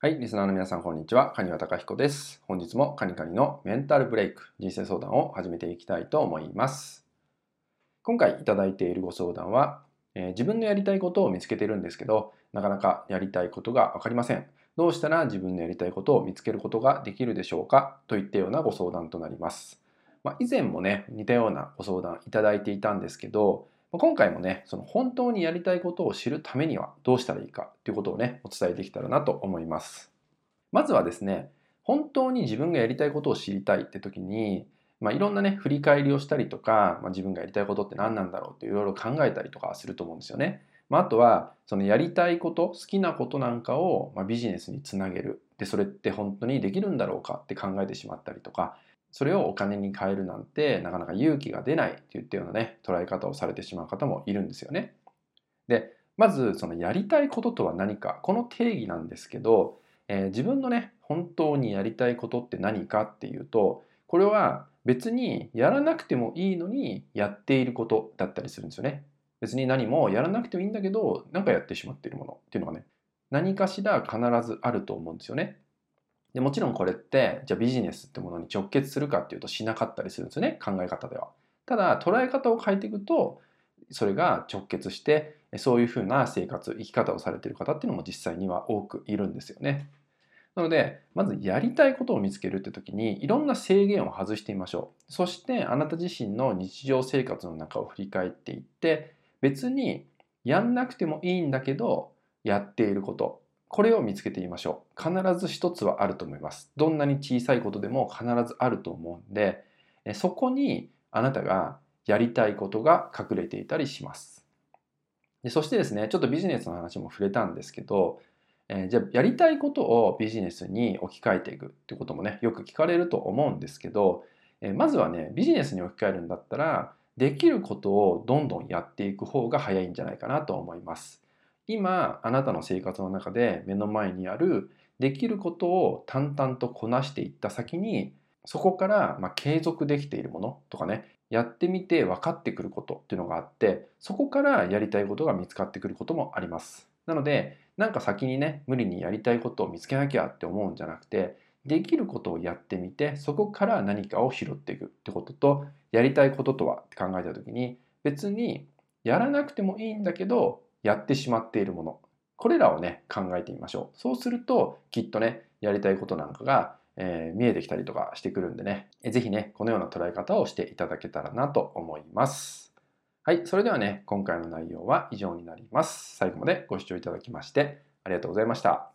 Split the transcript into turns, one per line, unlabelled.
はい、リスナーの皆さん、こんにちは。蟹場貴彦です。本日もカニカニのメンタルブレイク、人生相談を始めていきたいと思います。今回いただいているご相談は、自分のやりたいことを見つけてるんですけど、なかなかやりたいことがわかりません。どうしたら自分のやりたいことを見つけることができるでしょうかといったようなご相談となります。以前もね、似たようなご相談いただいていたんですけど、今回もね、その本当にやりたいことを知るためにはどうしたらいいかということをね、お伝えできたらなと思います。まずはですね、本当に自分がやりたいことを知りたいって時に、いろんなね、振り返りをしたりとか、自分がやりたいことって何なんだろうっていろいろ考えたりとかすると思うんですよね。あとは、そのやりたいこと、好きなことなんかをビジネスにつなげる。で、それって本当にできるんだろうかって考えてしまったりとか、それをお金に変えるなんてなかなか勇気が出ないっていったようなね、捉え方をされてしまう方もいるんですよね。で、まずそのやりたいこととは何か、この定義なんですけど、自分のね、本当にやりたいことって何かっていうと、これは別にやらなくてもいいのにやっていることだったりするんですよね。別に何もやらなくてもいいんだけど、なんかやってしまっているものっていうのがね、何かしら必ずあると思うんですよね。で、もちろんこれって、じゃあビジネスってものに直結するかっていうとしなかったりするんですよね、考え方では。ただ、捉え方を変えていくと、それが直結して、そういうふうな生活、生き方をされている方っていうのも実際には多くいるんですよね。なので、まずやりたいことを見つけるって時に、いろんな制限を外してみましょう。そして、あなた自身の日常生活の中を振り返っていって、別にやんなくてもいいんだけど、やっていること、これを見つけてみましょう。必ず一つはあると思います。どんなに小さいことでも必ずあると思うんで、そこにあなたがやりたいことが隠れていたりします。で、そしてですね、ちょっとビジネスの話も触れたんですけど、じゃあやりたいことをビジネスに置き換えていくってこともね、よく聞かれると思うんですけど、まずはね、ビジネスに置き換えるんだったら、できることをどんどんやっていく方が早いんじゃないかなと思います。今、あなたの生活の中で目の前にあるできることを淡々とこなしていった先に、そこから継続できているものとかね、やってみて分かってくることっていうのがあって、そこからやりたいことが見つかってくることもあります。なので、なんか先にね、無理にやりたいことを見つけなきゃって思うんじゃなくて、できることをやってみて、そこから何かを拾っていくってことと、やりたいこととはって考えたときに、別にやらなくてもいいんだけど、やってしまっているもの。これらをね、考えてみましょう。そうすると、きっとね、やりたいことなんかが、見えてきたりとかしてくるんでね、ぜひね、このような捉え方をしていただけたらなと思います。はい、それではね、今回の内容は以上になります。最後までご視聴いただきましてありがとうございました。